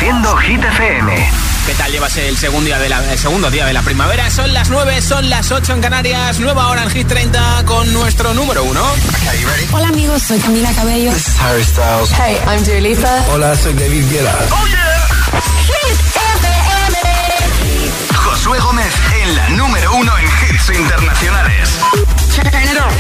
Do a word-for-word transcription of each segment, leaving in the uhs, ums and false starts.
Haciendo Hit F M. ¿Qué tal llevas el segundo día de la, el segundo día de la primavera? Son las nueve, son las ocho en Canarias. Nueva hora en Hit treinta con nuestro número uno. Okay, you ready? Hola amigos, soy Camila Cabello. This is Harry Styles. Hey, I'm Dua Lipa. Hola, soy David Guetta. ¡Oh, yeah! Hit F M. Josué Gómez en la número uno en hits internacionales. Turn it on.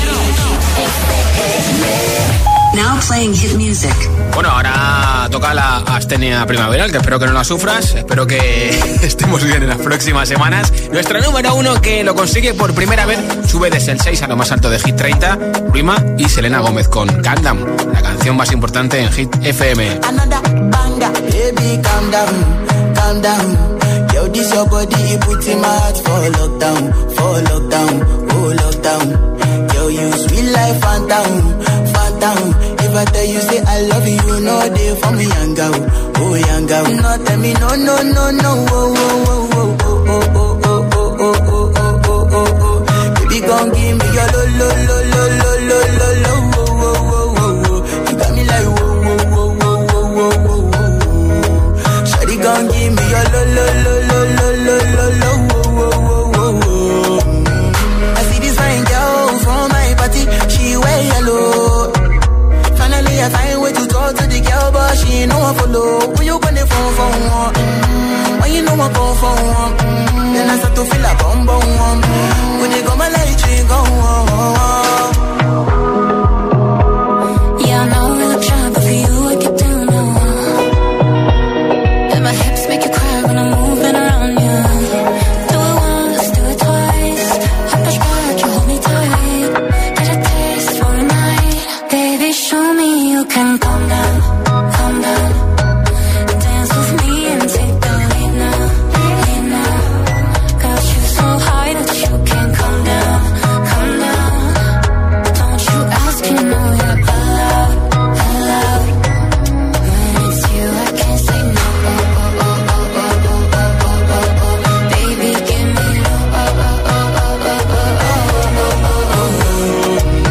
Now playing hit music. Bueno, ahora toca la astenia primaveral, que espero que no la sufras. Espero que estemos bien en las próximas semanas. Nuestro número uno, que lo consigue por primera vez, sube desde el seis a lo más alto de Hit treinta. Rima y Selena Gómez con Calm Down, la canción más importante en Hit F M. Another banger, baby, calm down, calm down. Yo, this your body, it puts in my heart for lockdown, for lockdown, oh lockdown. Yo, you sweet life, phantom, phantom. If I tell you, say I love you, you know they for me, young girl, oh young girl. No, tell me, no, no, no, no, oh, oh, oh, oh, oh, oh, oh, oh, oh, oh, oh, oh, oh, oh. Baby, gon' give me your lo, lo, lo, lo, lo, lo, lo, lo, oh, oh, oh, oh, oh. You got me like, whoa, whoa, whoa, whoa, whoa, whoa, whoa, whoa. Shawty gon' give me your lo, lo, lo, lo, lo, lo, lo, lo, oh, oh, oh, oh, oh. I see this fine girl from my party, she wear yellow. Finally, I find way to talk to the girl, but she ain't no one follow. When you gonna phone for one? Mm-hmm. When you know I go for one? Mm-hmm. Then I start to feel a bum bum one. Mm-hmm. When they go my light, you go on. Yeah, I know we look shy, but for you I get down low. And my hips make you cry when I'm moving around you. Do it once, do it twice. I push back, you hold me tight. Get a taste for a night. Baby, show me you can calm down, calm down. Dance with me and take the lead now, lead now. Got you so high that you can't come down, come down. Don't you ask, you know you're allowed, allowed. When it's you, I can't say no. Oh, oh, oh, oh, oh, oh, oh, oh, oh, oh. Baby, give me low. Oh, oh, oh, oh, oh, oh, oh, oh, oh,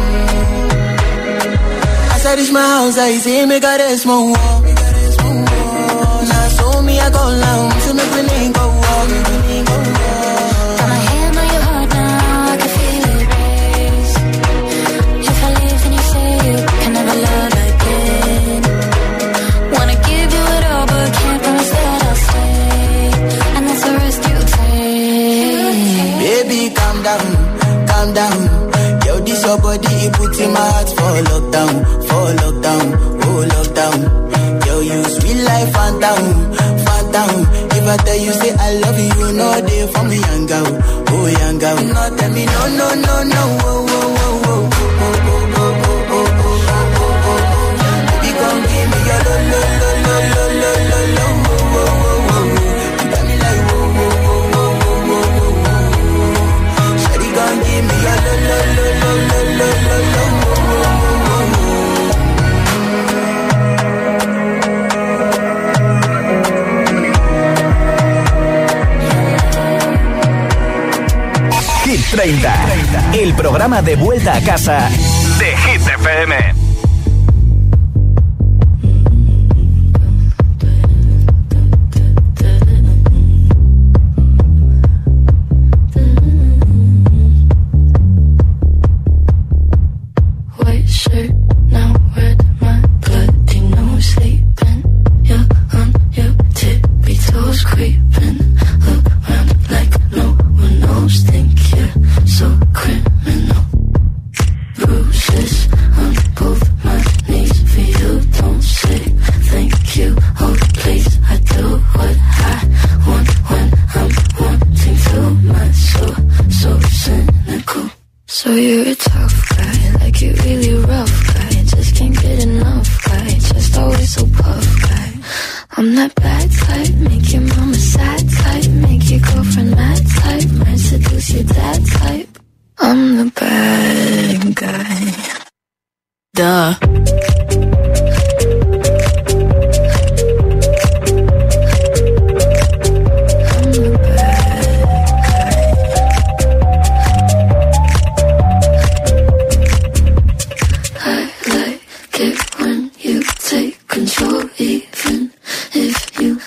oh. As I reach my house, I see me got a small wall. Now so me I go down, so me we go walk. Got my hand on your heart now, I can feel it race. If I leave, then you say you can never love again. Wanna give you it all, but can't promise that I'll stay. And that's the risk you take. Baby, calm down, calm down. Yo, this your body, it puts in my heart for lockdown, for lockdown, oh lockdown. Yo, you sweet life, phantom, phantom. If I tell you, say I love you, you know they for me, young girl, oh young girl. No, tell me, no, no, no, no, oh, oh, oh, oh, oh, oh, oh, oh, oh, oh, oh, oh. Baby, come give me your lo, lo, lo, lo, lo, lo, lo, lo, oh, oh, oh, oh. You got me like, oh, oh, oh, oh, oh, oh, oh. Shawty, come give me your lo, lo, lo, lo, lo, lo, lo, lo, oh, oh, oh, oh. Hit treinta, el programa de vuelta a casa de Hit F M. White shirt, now red, my bloody nose sleeping. You're on your tippy toes creeping around like no one knows. Think you're so criminal. Bruises on both my knees for you. Don't say thank you. Oh please, I do what I want when I'm wanting to. My soul so cynical. So you're a tough guy, like you really rough guy. Just can't get enough guy, just always so puff guy. I'm that bad type, make your mama sad type, make your girlfriend mad type, might seduce your dad type. I'm the bad guy. Duh. Control, even if you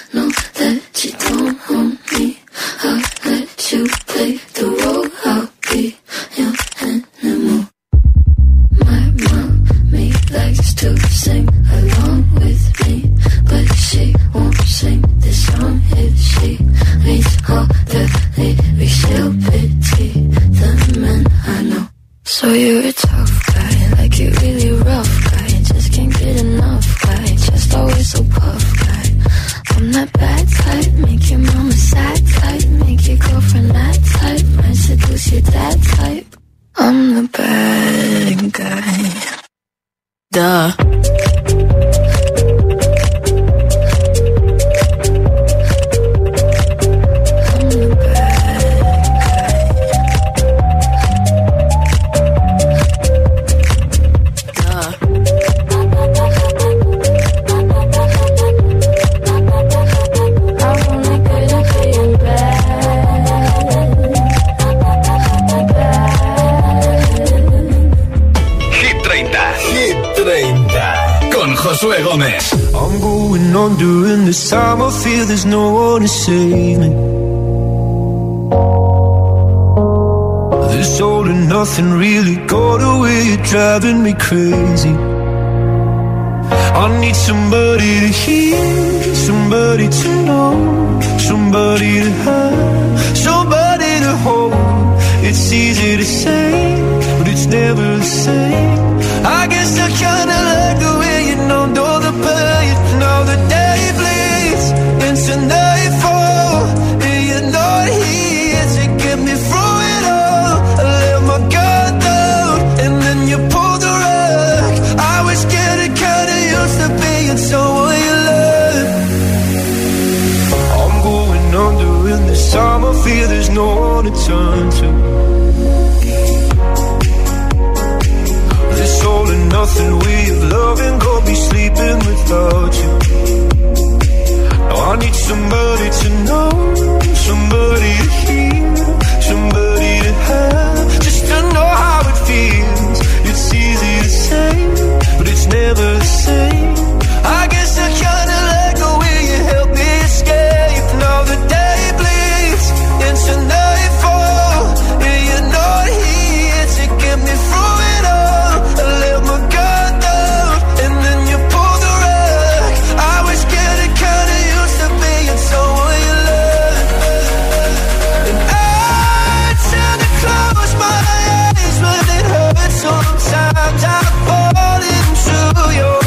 that bad type, make your mama sad type, make your girlfriend that type, might seduce your dad type. I'm the bad guy. Duh. Josué Gómez. I'm going on during this time. I feel there's no one to save me. This all and nothing really got away. You're driving me crazy. I need somebody to hear, somebody to know, somebody to have, somebody to hold. It's easy to say, but it's never the same. I guess I kinda like the way you know, know the pain. Now the day bleeds into nightfall, and you're not here to get me through it all. I let my guard down, and then you pulled the rug. I was getting kinda used to being someone you love. I'm going under in this time. I feel there's no one to turn to. This all and nothing way of loving, go be sleeping without you. Now I need somebody to know, somebody to hear, somebody to have, just to know how it feels. It's easy to say, but it's never the same. I guess I kinda like the way you help me escape. Now the day bleeds into nightfall, and you're not here to get me through it all. I let my guard down, and then you pulled the rug. I was getting kinda used to being someone you love. And I tend to close my eyes, but it hurts sometimes. I fall into your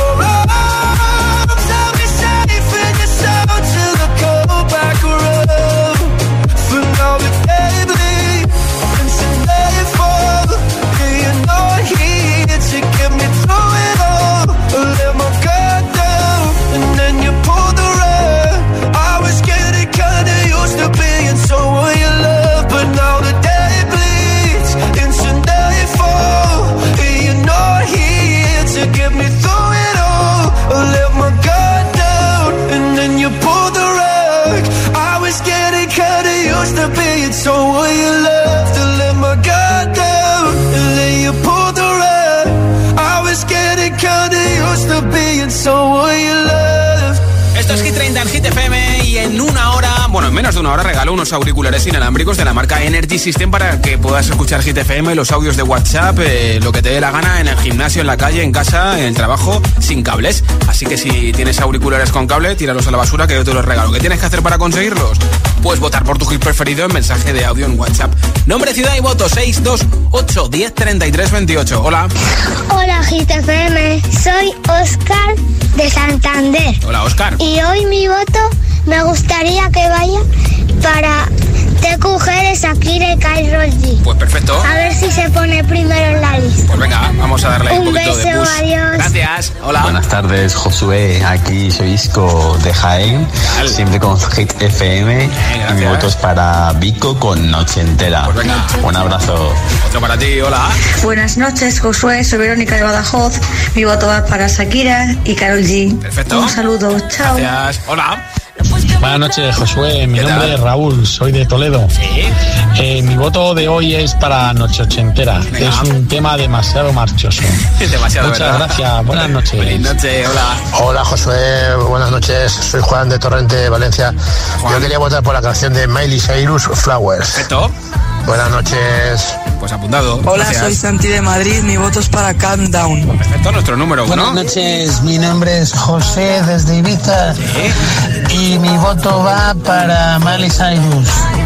arms. I'll be safe in your sound till I go back around. For now the day bleeds into nightfall, and you're not here to get me through it all. I let my guard down, and then you pulled the rug. I was getting kinda used to being someone you love, but now the day bleeds into nightfall, and you're not here to get me through it all. I let my guard down, and then you pulled the rug. I was getting kinda used to being someone you loved. I let my guard down, and then you pulled the rug. I was getting kinda used to being someone you loved. Esto es Hit treinta en Hit F M y en una hora, bueno, en menos de una hora regalo unos auriculares inalámbricos de la marca Energy System para que puedas escuchar Hit F M, los audios de WhatsApp, eh, lo que te dé la gana en el gimnasio, en la calle, en casa, en el trabajo, sin cables. Así que si tienes auriculares con cable, tíralos a la basura que yo te los regalo. ¿Qué tienes que hacer para conseguirlos? Puedes votar por tu hit preferido en mensaje de audio en WhatsApp. Nombre, ciudad y voto seis dos ocho diez treinta y tres veintiocho. Hola. Hola Hit F M, soy Óscar de Santander. Hola, Óscar. Y hoy mi voto me gustaría que vaya para T Q G de Shakira y Karol G. Pues perfecto. A ver si se pone primero en la lista. Pues venga, vamos a darle un, un poquito beso, de push. adiós. Gracias. Hola. Buenas tardes, Josué. Aquí soy Isco de Jaén, siempre con Hit F M. Y mi voto es para Vico con Noche Entera. Pues venga. Un abrazo. Otro para ti, hola. Buenas noches, Josué. Soy Verónica de Badajoz. Mi voto va para Shakira y Karol G. Perfecto. Un saludo. Chao. Gracias. Hola. Buenas noches, Josué. Mi nombre tal? es Raúl, soy de Toledo. Sí. Eh, mi voto de hoy es para Noche Ochentera. Venga. Es un tema demasiado marchoso. Demasiado, Muchas ¿verdad? gracias. Buenas noches. Buenas noches, hola. Hola Josué, buenas noches, soy Juan de Torrente, Valencia. Juan. Yo quería votar por la canción de Miley Cyrus, Flowers. Perfecto. Buenas noches. Pues apuntado. Hola, Gracias. soy Santi de Madrid, mi voto es para Calm Down. Perfecto, nuestro número uno. Buenas noches, mi nombre es José desde Ibiza. Sí. Y mi voto va para Miley Cyrus.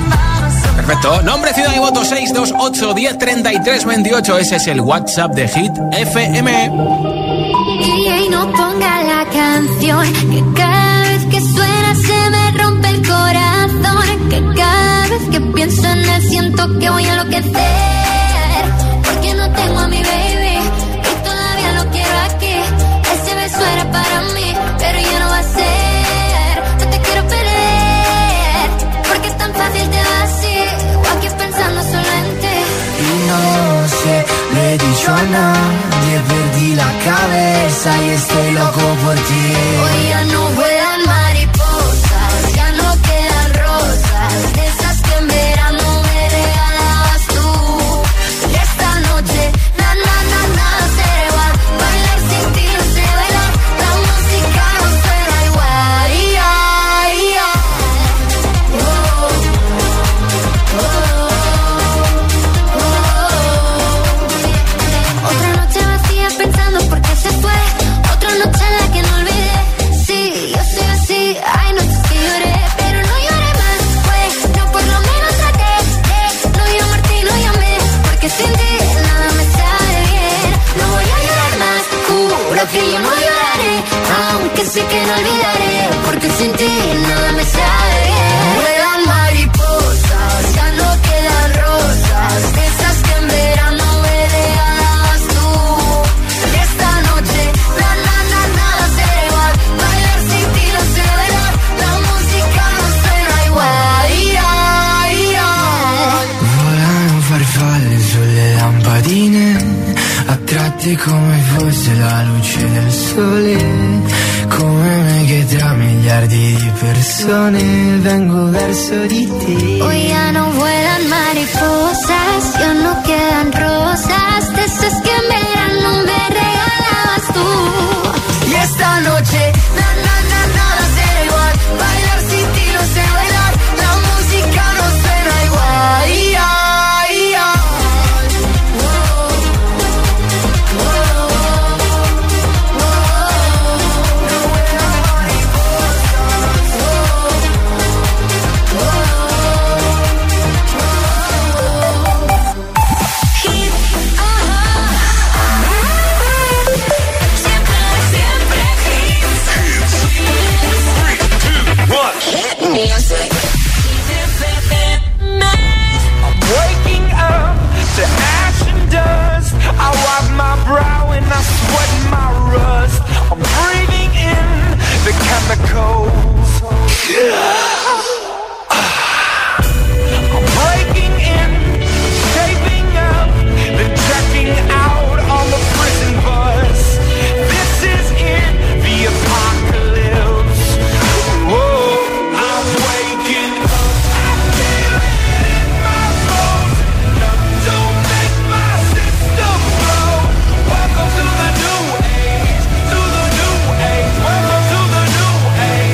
Perfecto. Nombre, ciudad y voto seis dos ocho diez treinta y tres veintiocho. Ese es el WhatsApp de Hit F M. D J no ponga la canción, que cada vez que suena se me siento que voy a enloquecer, porque no tengo a mi baby y todavía lo quiero aquí. Ese beso era para mí, pero ya no va a ser. No te quiero perder, porque es tan fácil te va así, o aquí pensando solo en ti. Y no sé, le he dicho a nadie, perdí la cabeza y estoy loco por ti. Hoy ya no vuelan mariposas, ya no quedan rosas, de esas que en verano me regalabas tú. Y esta noche, na na na nada será igual, bailar sin ti no sé bailar, la música no suena igual. Yeah, yeah. Oh, oh, oh, oh. Otra noche vacía pensando por qué se fue, otra noche en la que no olvidé. Sí, yo soy así, hay noches que lloré, pero no lloré más, pues yo por lo menos traté de no llamarte y no llamé, porque sin ti nada me sabe bien. No voy a llorar más, juro que yo no lloraré, aunque sé que no olvidaré, porque sin ti nada me sabe bien. Vuelan mariposas, ya no quedan rosas, de esas que en verano me regalabas tú. Y esta noche, na na na nada será igual, bailar sin ti no sé bailar, la música no suena igual. Yeah, yeah. Volano farfalle sulle lampadine, attratti come fosse la luce del sole, come me che tra miliardi di persone vengo verso di te. Hoy ya no vuelan mariposas, ya no quedan rosas, de esas que en verano me regalabas tú. Y esta noche, na na na nada será igual, bailar sin ti no sé bailar, la música no suena igual. Yeah, yeah. Oh, oh, oh, I'm waking up to ash and dust. I wipe my brow and I sweat my rust. I'm breathing in the chemicals. I'm breaking in, shaping up, then checking out on the prison bus. This is it, the apocalypse. Whoa, I'm waking up. I feel it in my bones. Enough to make my system blow. Welcome to the new age, to the new age. Welcome to the new age.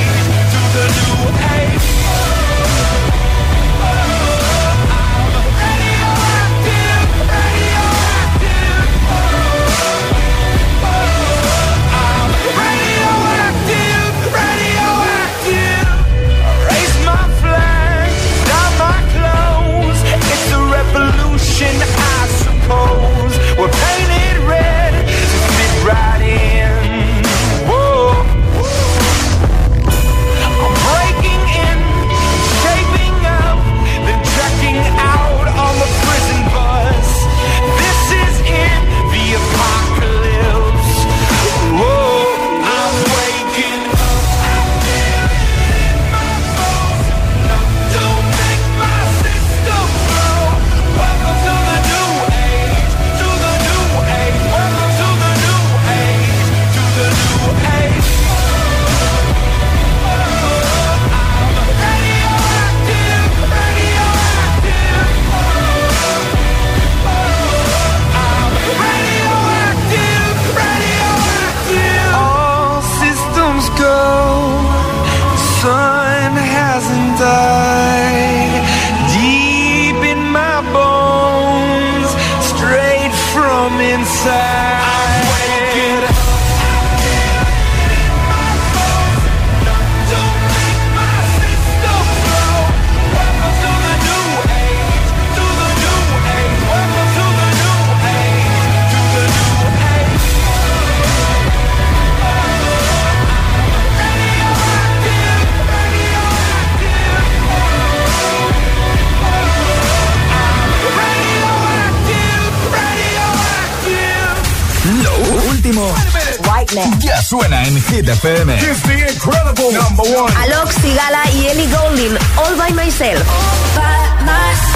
Fitness. Ya suena en Hit F M. It's the incredible number one. Alok, Sigala y Ellie Goulding, All by Myself. All by myself.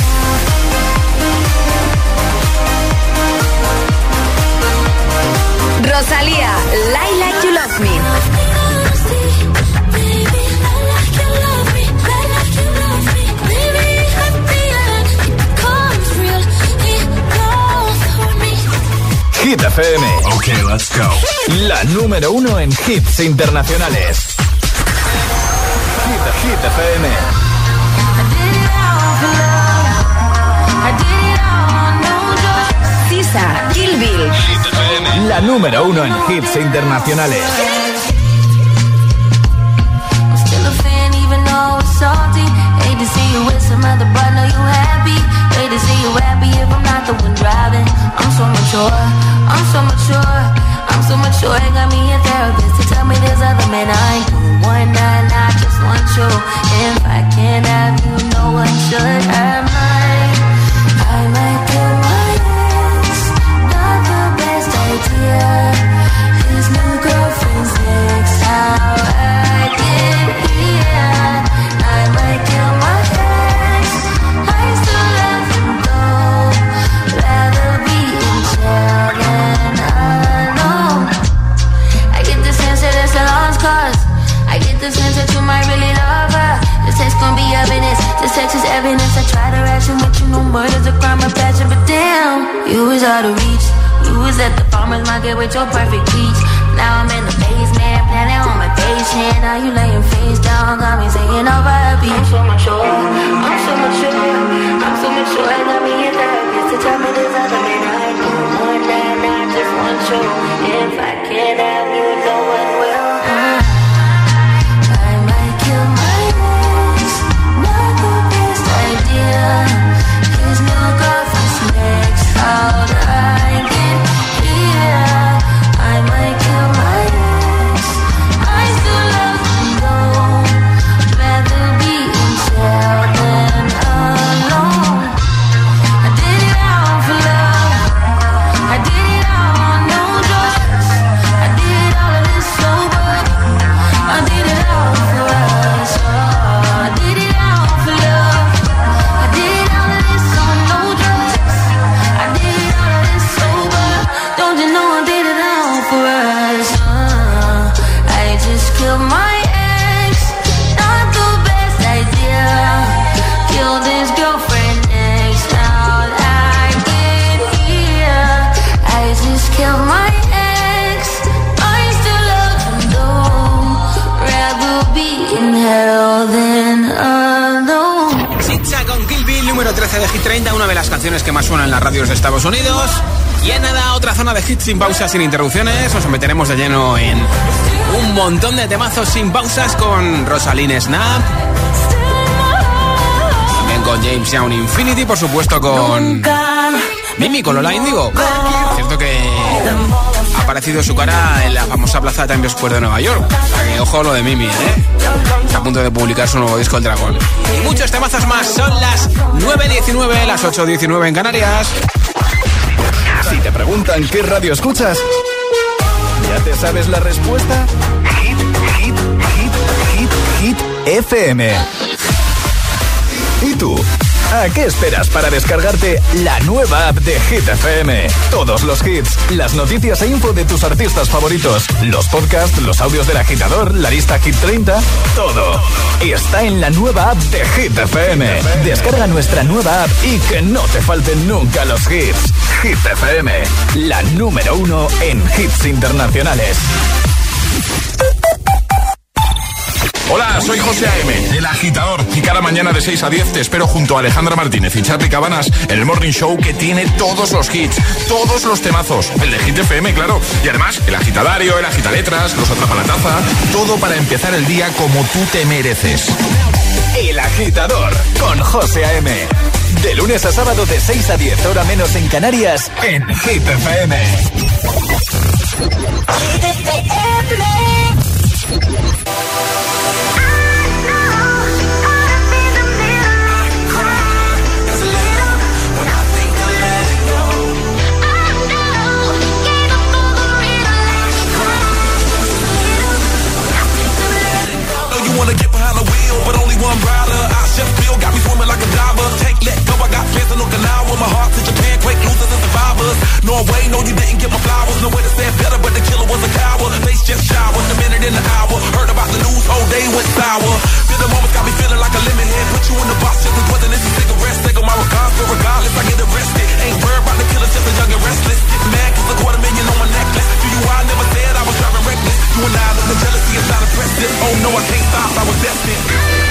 Rosalía, Lie Like You Love Me. Hit F M. Ok, let's go. La número uno en hits internacionales. Hit, Hit F M. Sisa, Kill Bill. La número uno en hits internacionales. Still a fan even though it's salty. Hate to see you with some other but know you happy. Hate to see you happy if I'm not the one driving. I'm so mature, I'm so mature, I'm so mature. It got me a therapist to tell me there's other men I ain't doing one night. I just want you. If I can't have you, no one should have mine. I might kill my ex, not the best idea. His new girlfriend's next. How I get here? I might kill my ex. I still love him though. Rather be in jail than alone. I get the sense that it's a lost cause. I get the sense that you might really love her. This text gon' be evidence. This text is evidence. I try to ration with you, no murder's a crime of passion, but damn, you was out of reach. You was at the farmer's market with your perfect peach. Now I'm in the basement, planning on my patient. Now you laying face down, got me singing over a beat. I'm so mature, I'm so mature, I'm so mature. I got me a therapist to tell me there's other men I know more than I just want you. If I can't have you, no one will. I might kill my ex, not the best idea. His new girlfriend's next. How'd I get here? I might kill my ex. I still love him though. Rather be in jail than alone. I did it all for love. I did it all on no drugs. I did all of this sober. I did it all for us. Oh, I did it all for love. I did all of this on no drugs. I did all of this sober. Don't you know I did it all for us? Uh, I just killed my ex. Not the best idea. Killed his girlfriend next. How'd I get here? I just killed my ex. I still love him though. Rather be in hell than alone. Sitcha con Kill Bill, número trece de Hit treinta, una de las canciones que más suenan en las radios de Estados Unidos. Y en nada, otra zona de hits sin pausas, sin interrupciones. Nos meteremos de lleno en un montón de temazos sin pausas con Rosalind Snap. También con James Young Infinity, por supuesto con Mimi, con Lola Índigo. Cierto que ha aparecido su cara en la famosa plaza de Times Square de Nueva York. O sea que ojo lo de Mimi, ¿eh? Está a punto de publicar su nuevo disco El Dragón. Y muchos temazos más. Son las nueve diecinueve, las ocho diecinueve en Canarias. Si te preguntan qué radio escuchas, ¿ya te sabes la respuesta? Hit, hit, hit, hit, hit F M. ¿Y tú? ¿A qué esperas para descargarte la nueva app de Hit F M? Todos los hits, las noticias e info de tus artistas favoritos, los podcasts, los audios del agitador, la lista Hit treinta, todo. Y está en la nueva app de Hit F M. Descarga nuestra nueva app y que no te falten nunca los hits. Hit F M, la número uno en hits internacionales. Hola, soy José A M, el agitador, y cada mañana de seis a diez te espero junto a Alejandra Martínez y Charly Cabanas en el Morning Show que tiene todos los hits, todos los temazos, el de Hit F M, claro, y además el agitadario, el agitaletras, los atrapalataza, todo para empezar el día como tú te mereces. El agitador con José A M, de lunes a sábado de seis a diez, hora menos en Canarias, en Hit F M. Hit F M. Chef Bill got me swimming like a diver. Take, let go, I got fans in Okinawa. My heart to Japan, quake losers and survivors. Norway, no, you didn't get my flowers. No way to say it better, but the killer was a coward. Face just showered, a minute in the hour. Heard about the news, whole day went sour. Feel the moments got me feeling like a lemon head. Put you in the box just as whether this is cigarettes. Take on my regards, but regardless, I get arrested. Ain't worried about the killer, just a young and restless. Get mad cause a quarter million on my necklace. Do you I never said I was driving reckless. You and I look the jealousy is not impressive. Oh no, I can't stop, I was destined.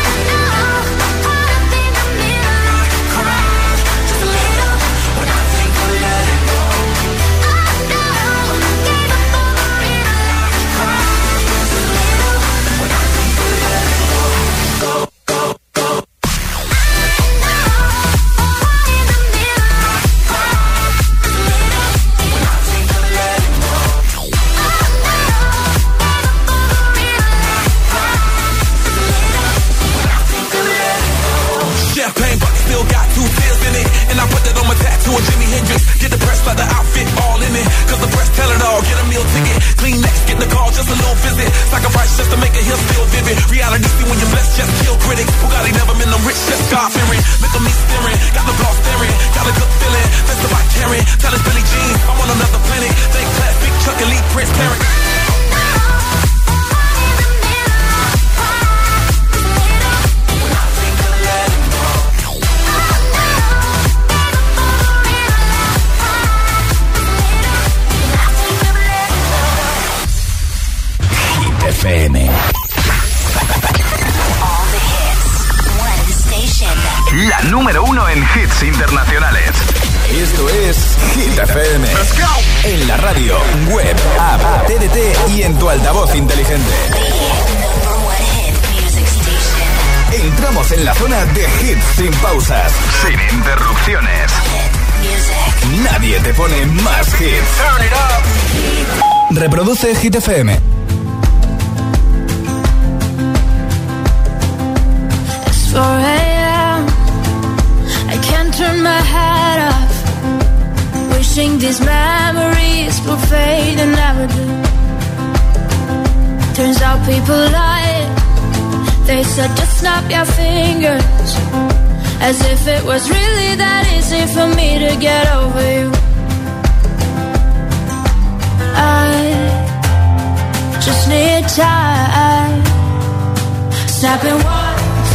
La número uno en hits internacionales. Esto es Hit F M. En la radio, web, app, T D T y en tu altavoz inteligente. Entramos en la zona de hits sin pausas, sin interrupciones. Nadie te pone más hits. Reproduce Hit F M. four a.m. I can't turn my head off, wishing these memories will fade and never do. Turns out people lie. They said just snap your fingers, as if it was really that easy for me to get over you. I just need time. Snapping one.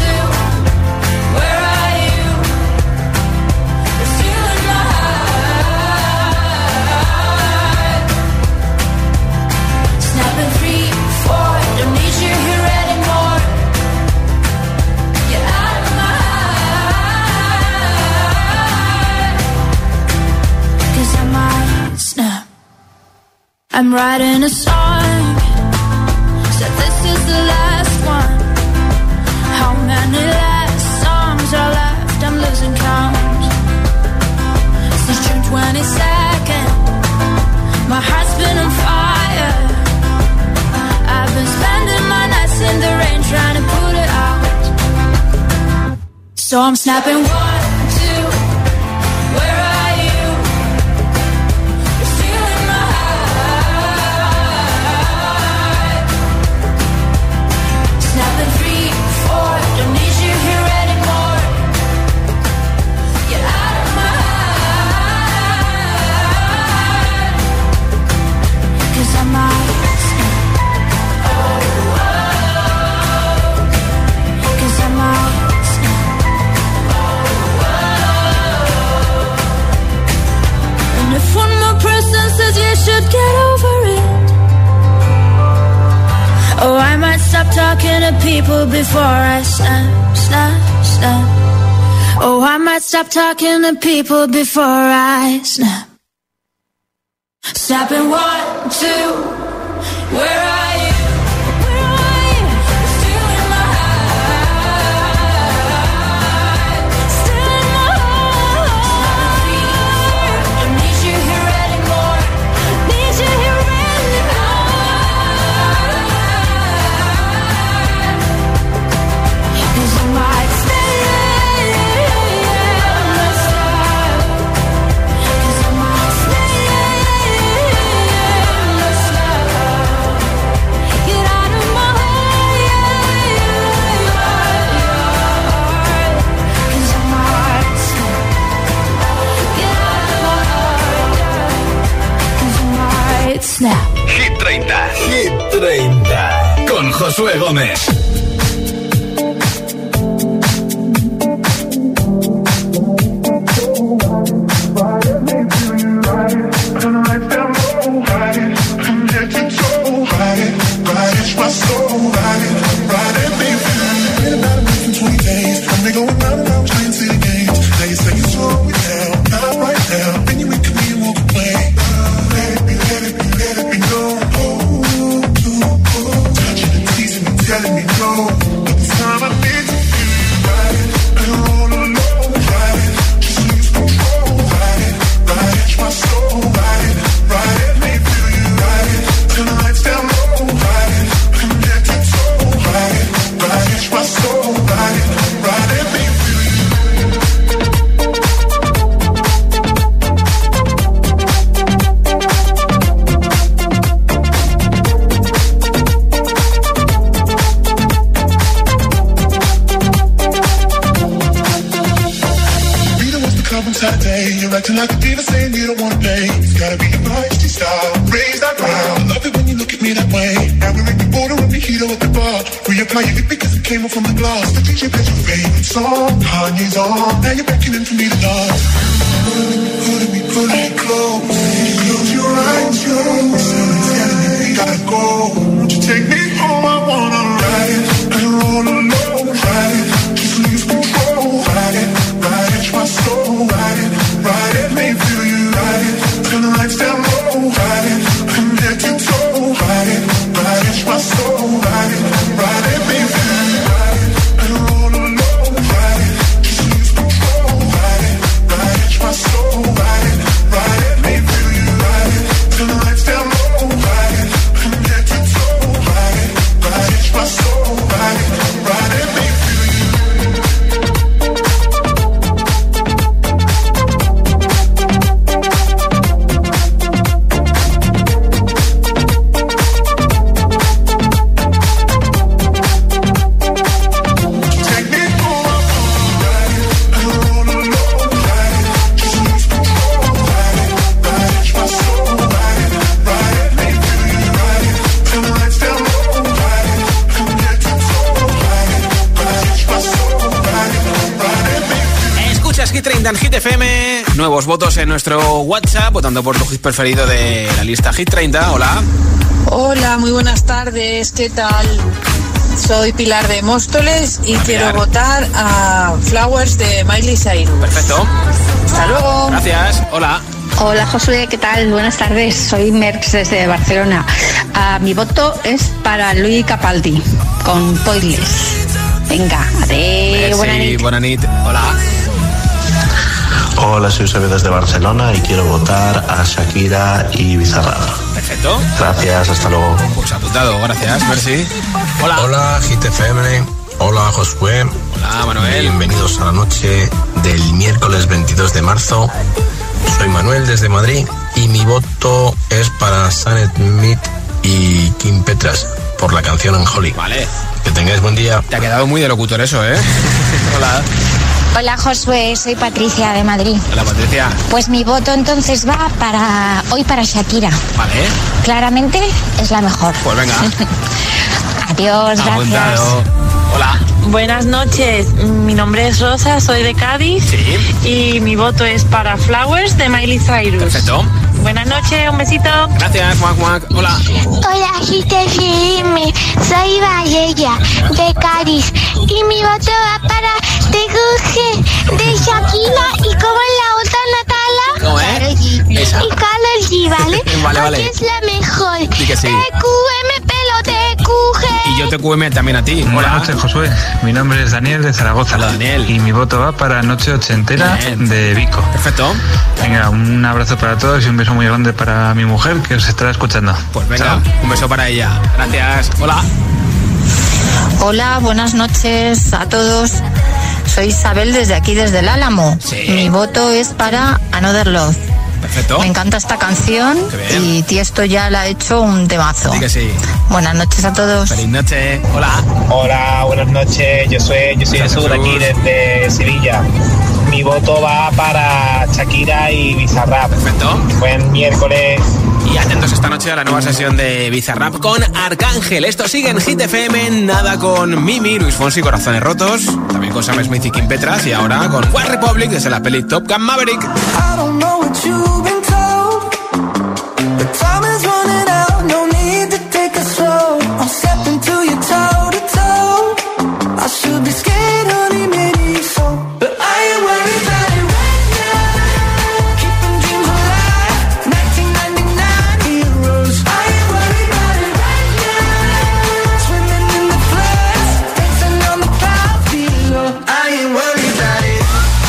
I'm writing a song, said this is the last one. How many last songs are left? I'm losing count. Since June twenty-second, my heart's been on fire. I've been spending my nights in the rain trying to put it out. So I'm snapping one, two, where are you? You're stealing my heart. Snapping three, four, don't need you here anymore. You're out of my heart. 'Cause I might snap. Oh, oh. 'Cause I might snap. And if one more person says you should get over it, oh, I might stop talking to people before I snap, snap, snap. Oh, I might stop talking to people before I snap. Snapping one, two, where are you? Where are you? You're stealing my heart. Stealing my heart. Don't need you here anymore. Need you here anymore. 'Cause I might stay in the style. 'Cause I might stay in the style. Josué Gómez. Acting like a diva saying you don't wanna pay. It's gotta be a feisty style. Raise that ground. I love it when you look at me that way. Now we're in the border and we heat up the bar. Reapply it because it came off from the glass. The D J plays your favorite song. Kanye's on. Now you're beckoning for me to dance. Pulling me, pulling me close. Close your eyes, your eyes. Telling me we gotta go. Won't you take me home? I wanna ride it. And roll alone. Ride it. Just lose control. Ride it. Ride it. My soul. Ride it. Ride it, me feel you ride it. Turn the lights down low, ride it. I'm head to toe, ride it. Ride it, my soul, ride it. Ride it, me feel you ride it. And roll alone, ride it. Just lose control, ride it. Ride it, my soul, ride it. Ride it, me feel you ride it. Turn the lights down low, ride it. I'm head to toe, ride it. Ride it, my soul, ride it. Ride it, me feel you. treinta en Hit F M, nuevos votos en nuestro WhatsApp, votando por tu hit preferido de la lista Hit treinta. Hola. Hola, muy buenas tardes, ¿qué tal? Soy Pilar de Móstoles y Hola, quiero Pilar. votar a Flowers de Miley Cyrus. Perfecto. Hasta luego. Gracias. Hola. Hola Josué, ¿qué tal? Buenas tardes, soy Merx desde Barcelona. Uh, mi voto es para Luis Capaldi con Toiles. Venga, adiós. Buena nit. Buena nit. Hola. Hola, soy Xavier desde Barcelona y quiero votar a Shakira y Bizarrap. Perfecto. Gracias, hasta luego. Pues apuntado, gracias, merci. Hola. Hola, Hit F M. Hola, Josué. Hola, Manuel. Bienvenidos a la noche del miércoles veintidós de marzo. Soy Manuel desde Madrid y mi voto es para Sam Smith y Kim Petras por la canción Unholy. Vale. Que tengáis buen día. Te ha quedado muy de locutor eso, ¿eh? Hola. Hola Josué, soy Patricia de Madrid. Hola Patricia. Pues mi voto entonces va para hoy para Shakira. Vale. Claramente es la mejor. Pues venga. Adiós, Apuntado. gracias. Hola. Buenas noches, mi nombre es Rosa, soy de Cádiz. Sí. Y mi voto es para Flowers de Miley Cyrus. Perfecto. Buenas noches, un besito. Gracias, Juan Juan. Hola. Hola, Hit F M. Soy Valeria de Cádiz y mi voto va para Te Coge de Shakira y como en la otra Natalia. ¿Cómo es? Esa. Y Karol G, ¿vale? Vale, vale. Porque es la mejor. Sí que sí. T Q M, pelo T Q G. Y yo te Q M también a ti. Hola. Buenas noches, Josué. Mi nombre es Daniel de Zaragoza. Hola, Daniel. Y mi voto va para Noche Ochentera Bien. de Vico. Perfecto. Venga, un abrazo para todos y un beso muy grande para mi mujer que os estará escuchando. Pues venga, Chao. Un beso para ella. Gracias. Hola. Hola, buenas noches a todos. Soy Isabel desde aquí, desde el Álamo. Sí. Mi voto es para Another Love. Perfecto. Me encanta esta canción y Tiesto ya la ha hecho un temazo. Sí que sí. Buenas noches a todos. Feliz noche. Hola. Hola, buenas noches. Yo soy, yo soy Jesús de aquí desde Sevilla. Mi voto va para Shakira y Bizarrap. Perfecto. Buen miércoles Y atentos esta noche a la nueva sesión de Bizarrap con Arcángel. Esto sigue en Hit F M, nada con Mimi, Luis Fonsi, Corazones Rotos, también con Sam Smith y Kim Petras, y ahora con One Republic desde la peli Top Gun Maverick. I don't know what you've been told, but time is running out, no need to take it slow. I'm stepping to you toe to toe. I should be scared, honey, maybe so, but I ain't worried about it right now. Keeping dreams alive, nineteen ninety-nine heroes. I ain't worried about it right now. Swimming in the floods, dancing on the clouds below. I ain't worried about it.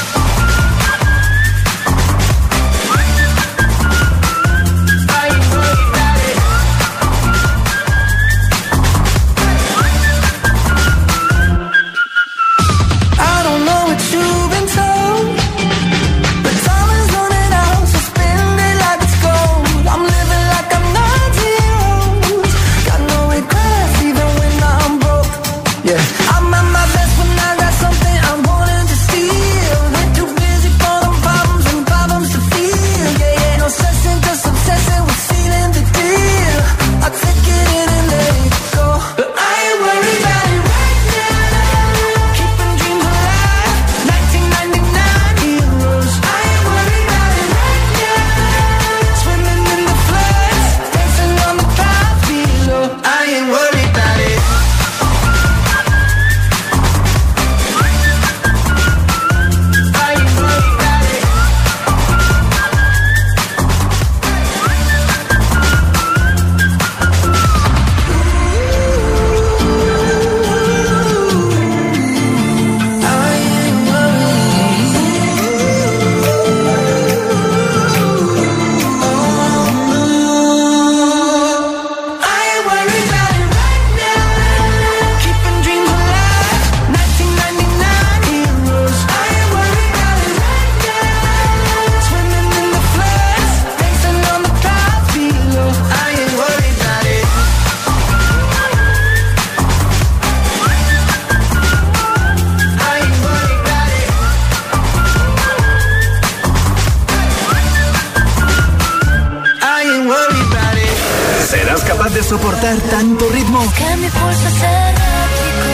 soportar tanto ritmo? Que mi pulso es errático.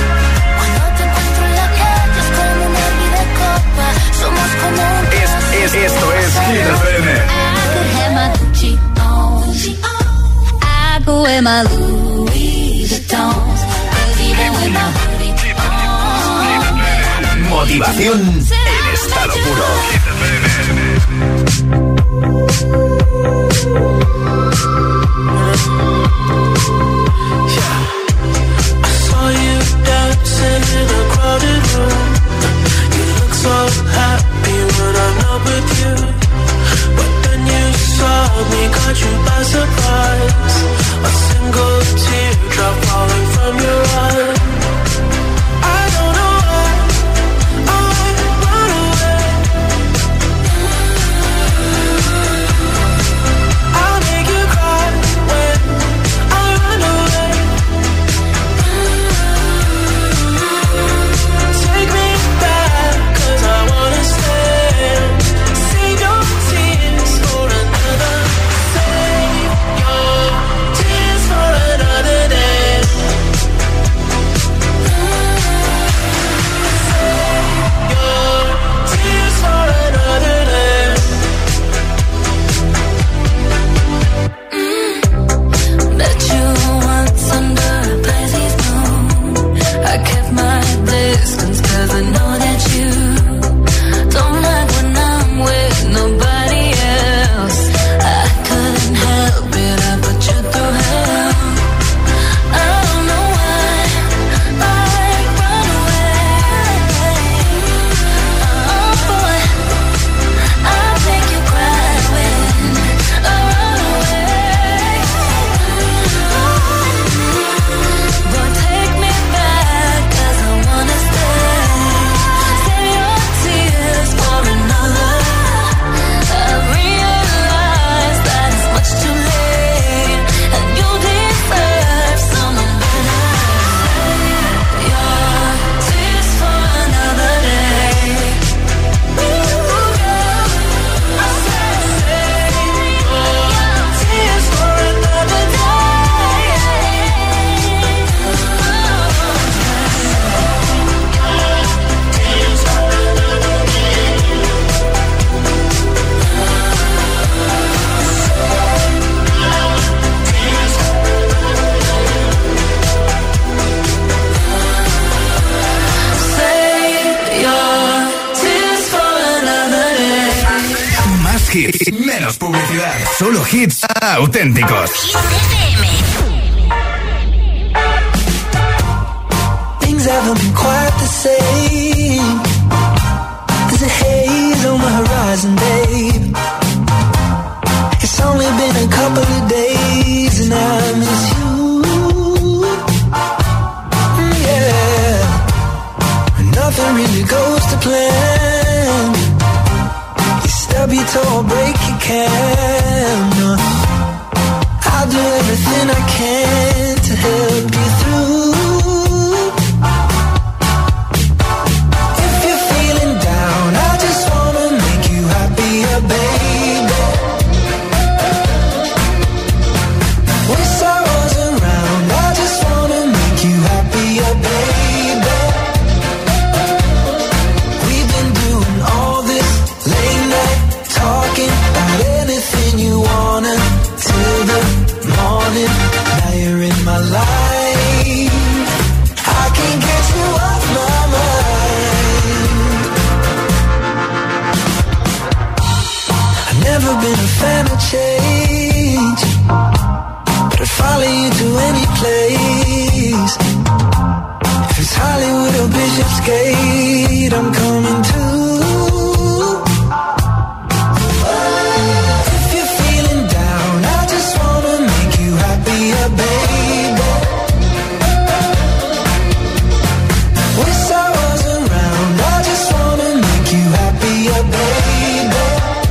Cuando te encuentro en la calle es como una vida copa. Somos como un es, es, Esto es Hit F M. I could have my Gucci on. I could wear my Louis Vuitton. Cause even with my hoodie on. Motivación en estado puro. I saw you dancing in a crowded room. You look so happy when I'm not with you. But then you saw me, caught you by surprise. A single teardrop falling from your eye. I don't know why I run away. I'll make you cry when I run away. Más hits, menos publicidad. Solo hits auténticos. Things haven't been quite the same. There's a haze on my horizon, babe. It's only been a couple of days and I miss you. Yeah, nothing really goes to plan. You stub your toe, break your can. I'll do everything I can to help you through. If you're feeling down, I just wanna make you happier, baby. Wish I was around, I just wanna make you happier, baby. We've been doing all this late night talking about anything you wanna till the morning. Now you're in my life. I can't get you off my mind. I've never been a fan of change, but I'd follow you to any place. If it's Hollywood or Bishopsgate, I'm coming too. If you're feeling down, I just wanna make you happier, baby. Wish I was around, I just wanna make you happier, baby.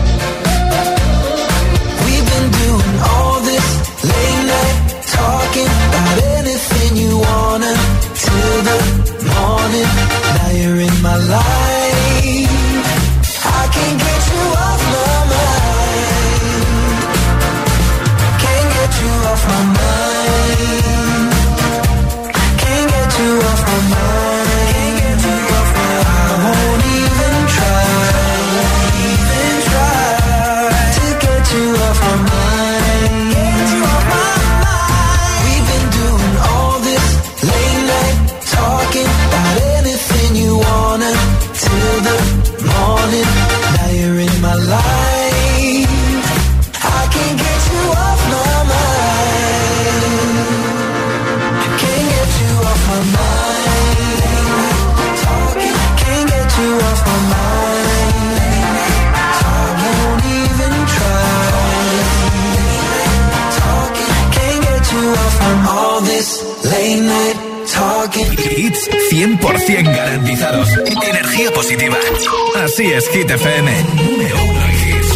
We've been doing all this late night talking about anything you wanna till the morning. Now you're in my life. I can't get you off my mind. Can't get you off my mind. Can't get you off my mind. Can't get you off my mind. I won't even try, even try to get you off my mind. Get you off my mind. We've been doing all this late night talking about anything you wanna till the morning. Now you're in my life. I can't get you off my mind. Can't get you off my mind. Talking, can't get you off my mind. I won't even try. Talking, can't get you off from all this late night talking. Hits cien por ciento garantizados. Energía positiva. Así es, Hit F M. Número uno en hits.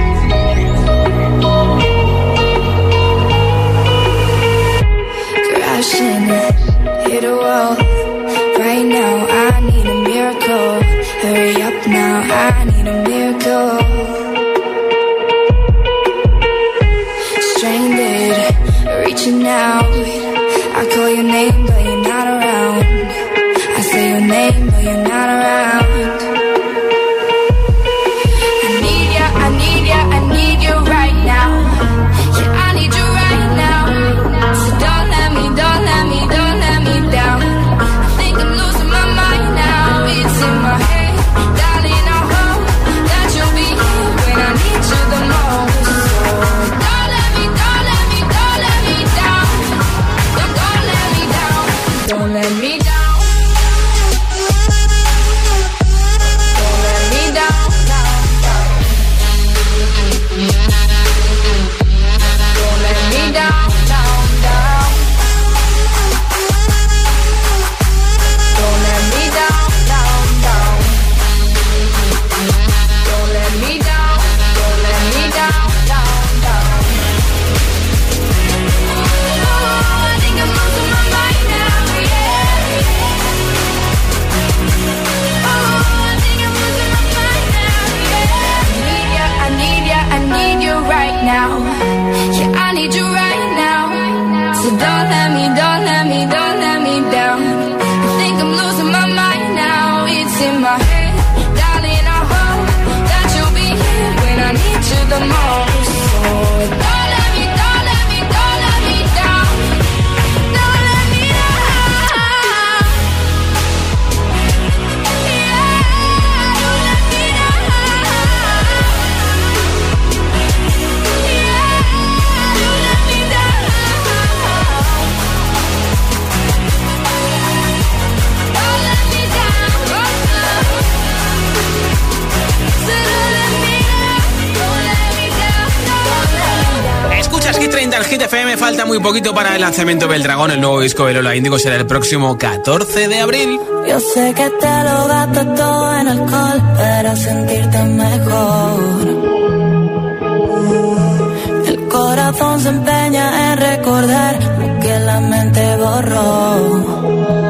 Crashing, hit a wall. Right now, I need a miracle. Hurry up now, I need a miracle. Stranded, reaching out. I call your name, but you're not around. I say your name, but you're not around. I need ya, I need ya, I need you right now. Yeah, I need you right now. So don't let me, don't let me, don't let me down. I think I'm losing my mind now. It's in my head, darling, I hope that you'll be here when I need you the most. So don't let me, don't let me, don't let me down. Don't, don't let me down. Don't let me down. Don't let me down, down, down. Don't let me down, down, down. Don't let me down, down, down. Don't let me down, don't let me down, down, down. Oh, I think I'm losing my mind now, yeah, yeah. Oh, I think I'm losing my mind now, yeah. I need ya, I need ya, I need you right now. Yeah, I need you right now. So don't let me, don't let me, don't let me down. I think I'm losing my mind now. It's in my head, darling, I hope that you'll be here when I need you the most. So don't let me, don't let me, don't let me down. Don't let me down. Yeah, don't let me down. cuenta el Hit F M, falta muy poquito para el lanzamiento del Dragón. El nuevo disco de Lola Índigo será el próximo catorce de abril. Yo sé que te lo gastas todo en alcohol para sentirte mejor. El corazón se empeña en recordar lo que la mente borró.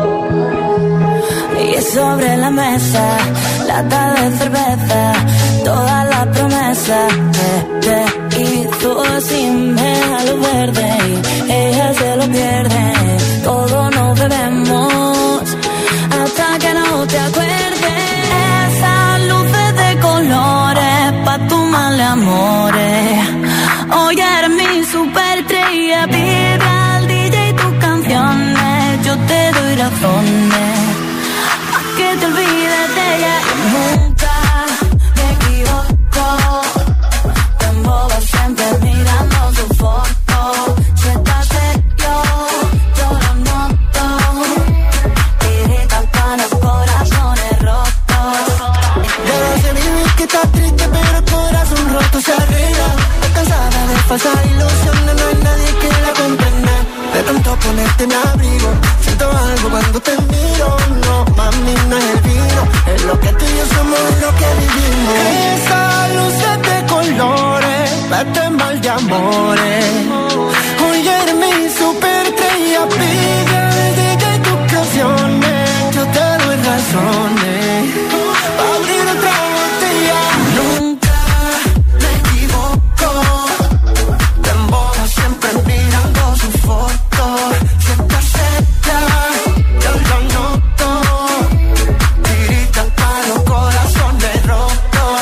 Y sobre la mesa, lata de cerveza, todas las promesas que te hizo sin a lo verde. Y ella se lo pierde, todos nos bebemos hasta que no te acuerdes. Esas luces de colores pa' tu mal amores. Hoy eres mi superestrella, pide al D J tus canciones, yo te doy razones que te olvides de ella. Nunca me equivoco, te embobo siempre mirando su foto. Si estás serio, yo lo noto. Tiritas para los corazones rotos. Debo ser vivir que estás triste, pero el corazón roto se arregla. Estás cansada de falsas ilusiones, no hay nadie que la comprenda. De tanto ponerte en abrigo, siento algo cuando te miro. No, mami, no es el vino, es lo que tú y yo somos, es lo que vivimos. Esas luces de colores, vete mal de amores. Hoy eres mi superestrella, pide desde tus canciones, yo te doy razones pa' abrir otra botella. Nunca me equivoco, te embobo siempre mirando su foto. Si estás cerca, yo lo noto. Tiritas para los corazones rotos.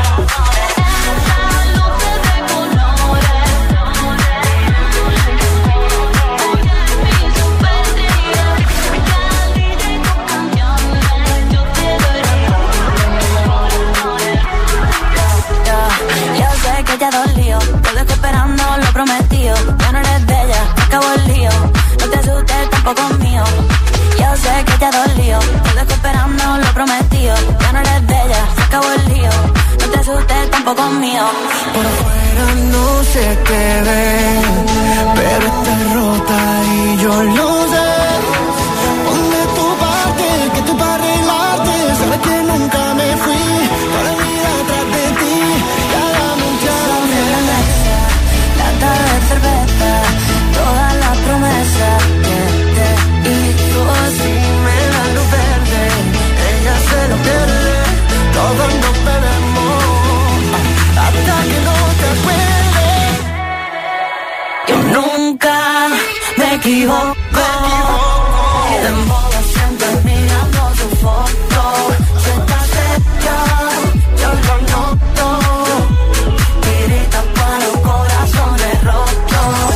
Yo sé que ya dolió, te dejo esperando lo prometido. Ya no eres de ella, acabó el lío. No te asustes, tampoco mío. Yo sé que ya dolió, te dejo esperando lo prometido. Ya no eres de ella, acabó el lío. No te asustes, tampoco mío. Por afuera no sé qué ver, pero estás rota y yo lo sé. Ponme tu parte, que tú para arreglarte. Sabes que nunca me fui para ir atrás de ti. Ya hagamos ya la mesa, lata de cerveza, todas las promesas que te hizo así me da luz verde. Ella se lo pierde, todos nos bebemos hasta que no te acuerdes. Yo nunca me equivoco, te embobo siempre mirando su foto. Si estás cerca, yo lo noto. Tiritas para los corazones rotos.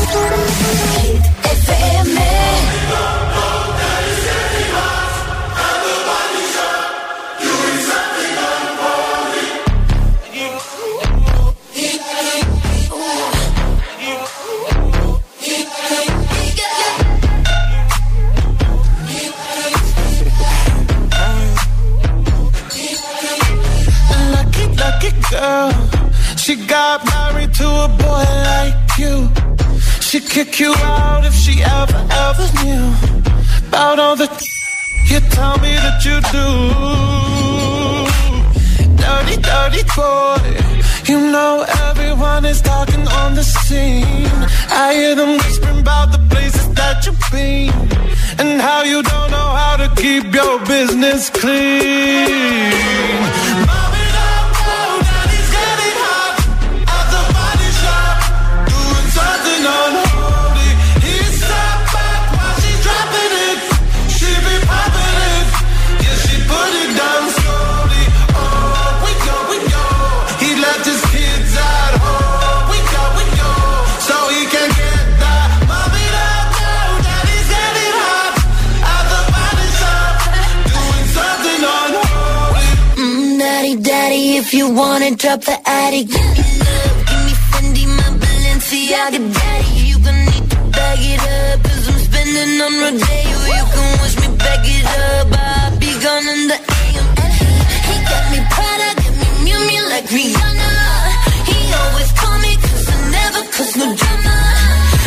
F M. Lucky, lucky girl, she got married to a boy like you. She'd kick you out if she ever, ever knew about all the you tell me that you do. Dirty, dirty boy, you know everyone is talking on the scene. I hear them whispering about the places that you've been and how you don't know how to keep your business clean. If you wanna drop the attic, give me love, give me Fendi, my Balenciaga daddy. You gon' need to bag it up, cause I'm spending on Rodeo. You can wish me back it up, I'll be gone in the A M. And he, he got me Prada, got me Miu Miu like Rihanna. He always call me cause I never cause no drama.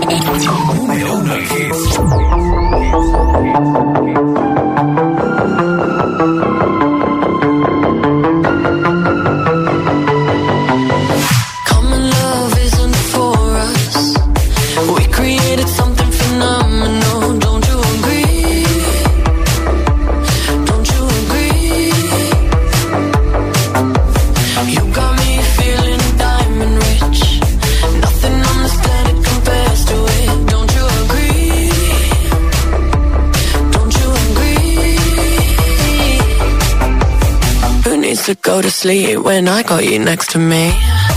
Número uno en hits. To go to sleep when I got you next to me.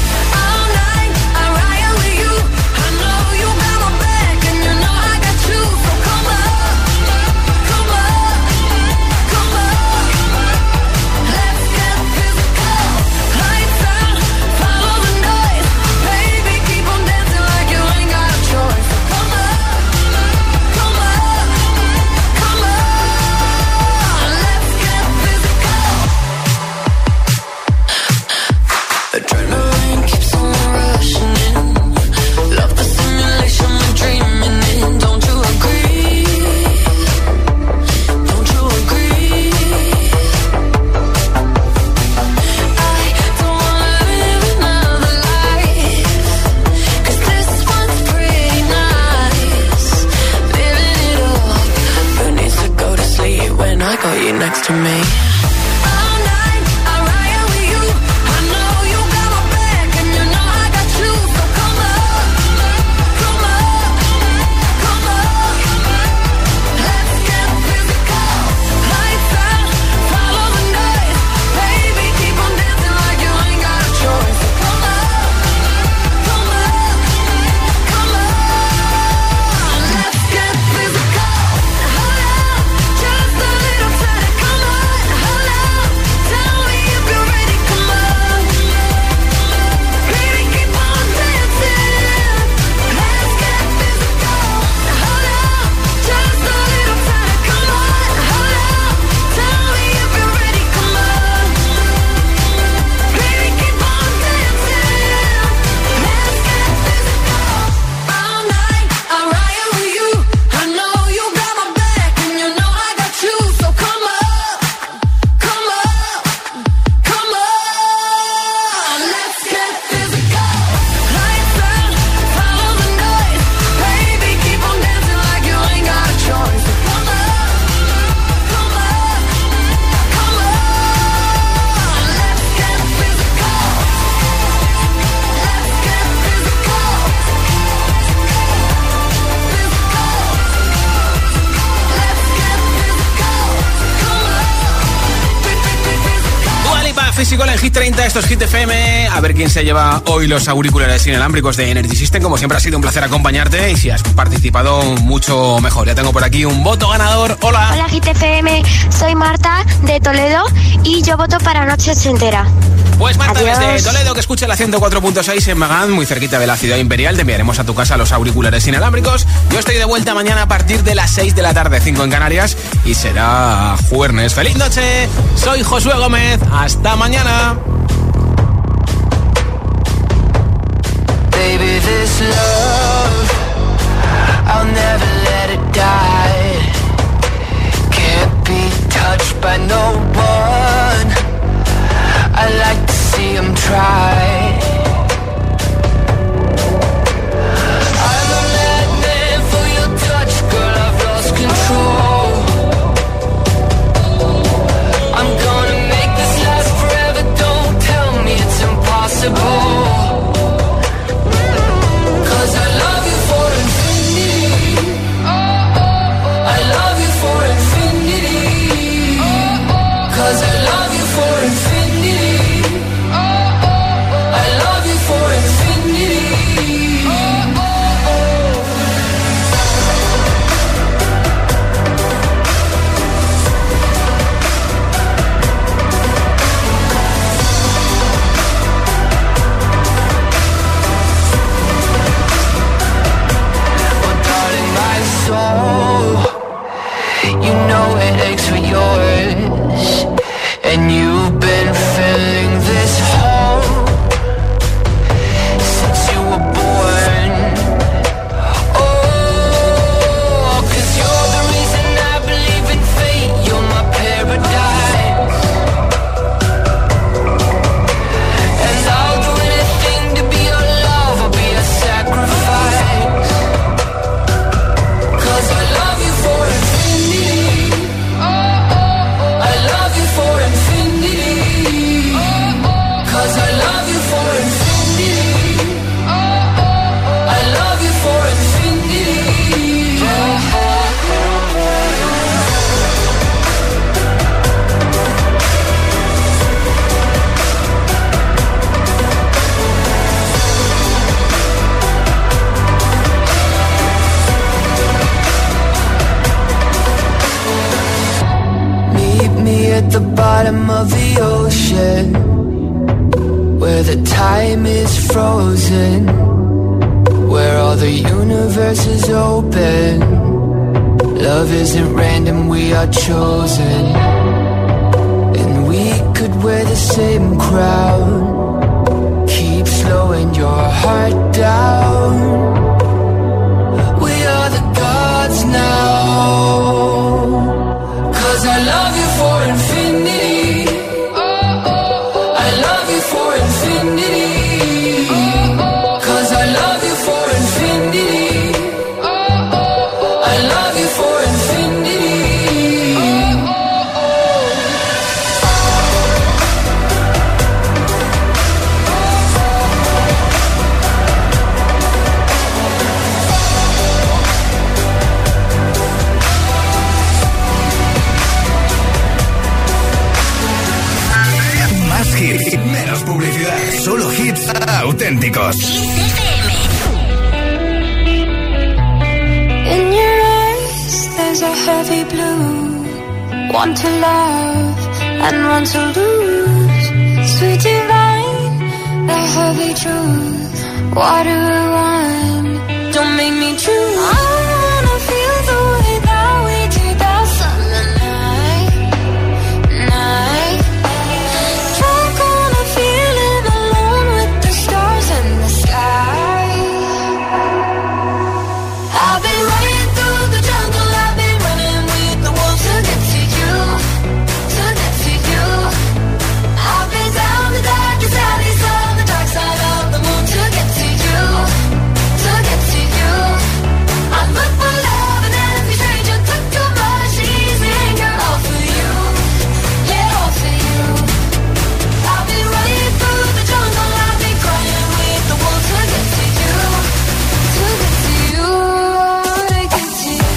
Next to me. Physical en Hit treinta, esto es Hit F M. A ver quién se lleva hoy los auriculares inalámbricos de Energy System. Como siempre ha sido un placer acompañarte y si has participado mucho mejor. Ya tengo por aquí un voto ganador. Hola. Hola Hit F M, soy Marta de Toledo y yo voto para Noche Ochentera. Pues Marta, Adiós. desde Toledo, que escucha la ciento cuatro punto seis en Magán, muy cerquita de la ciudad imperial, te enviaremos a tu casa los auriculares inalámbricos. Yo estoy de vuelta mañana a partir de las seis de la tarde, cinco en Canarias, y será jueves. ¡Feliz noche! Soy Josué Gómez. ¡Hasta mañana! Baby, this love, I'll never let it die. Can't be touched by no one. I like to see him try. I'm a madman for your touch, girl, I've lost control. I'm gonna make this last forever, don't tell me it's impossible. Cause I love you for infinity. I love you for infinity. Cause I love you for infinity. at the bottom of the ocean, where the time is frozen, where all the universe is open. Love isn't random, we are chosen. And we could wear the same crown, keep slowing your heart down. We are the gods now, 'cause I love you for infinity. I love you for infinity. 'Cause I love you for infinity. I love you for infinity. Más hits, menos publicidad. Solo hits auténticos. In your eyes there's a heavy blue, one to love and one to lose. Sweet divine, the heavy truth, water and wine, don't make me choose. I wanna feel the way that we did that summer night, night. Drunk on a feeling, alone with the stars in the sky. I've been running through the jungle, I've been running with the wolves to get to you, to get to you. I've been down the darkest alleys on the dark side of the moon to get to you, to get to you. I look for love and every stranger took too much easy anger, all for you, yeah, all for you. I've been running through the jungle, I've been crying with the wolves to get to you, to get to you, to get to you.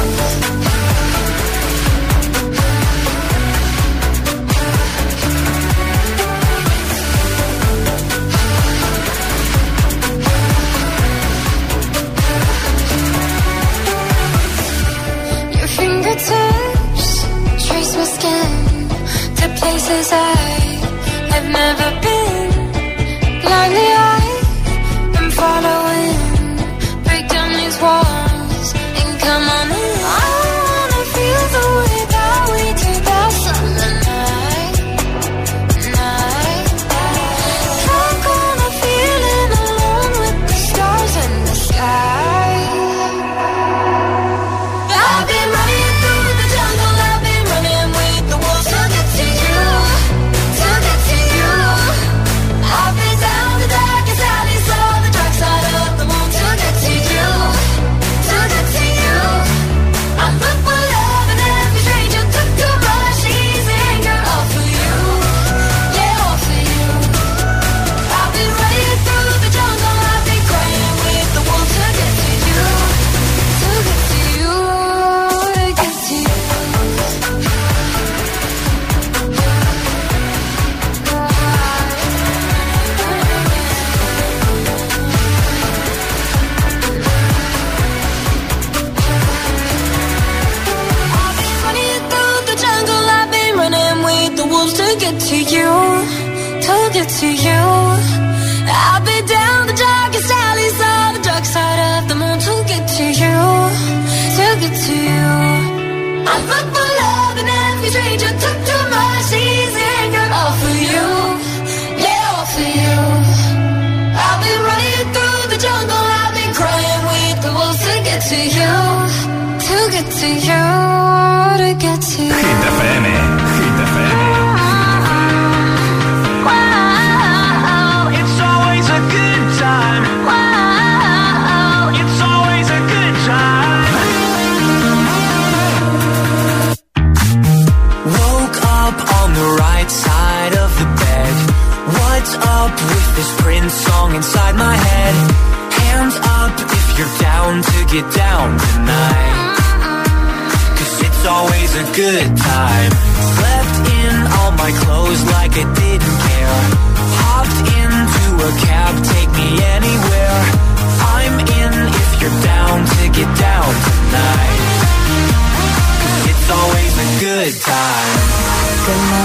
Your fingertips trace my skin to places I have never been. Blindly I am following. Break down these walls and come on in. I wanna feel the way that we did that summer night, night. Drunk on a feeling, alone with the stars in the sky. I've been running through the jungle, I've been running with the wolves to get to you, to get to you. I've been down the darkest alleys on the dark side of the moon to get to you, to get to you. I look for love and every stranger took too much easy anger, all for you, yeah, all for you. I've been running through the jungle, I've been crying with the wolves to get to you, to get to you, to get to you. I've been running through the jungle, I've been running with the wolves to get to you, to get to you. I've been down the darkest alleys on the dark side of the moon to get to you, to get to you. I look for love and every stranger took too much easy anger, all for you, yeah, all for you. I've been running through the jungle, I've been crying with the wolves to get to you, to get to you, to get to you. Hit F M, Hit F M. Wow, it's always a good time. Wow, it's always a good time. Woke up on the right side of the bed. What's up with this Prince song inside my head? Hands up if you're down to get down tonight, 'cause it's always a good time. Slept in all my clothes like I didn't care. Hopped into a cab, take me anywhere. I'm in if you're down to get down tonight, 'cause it's always a good time. que no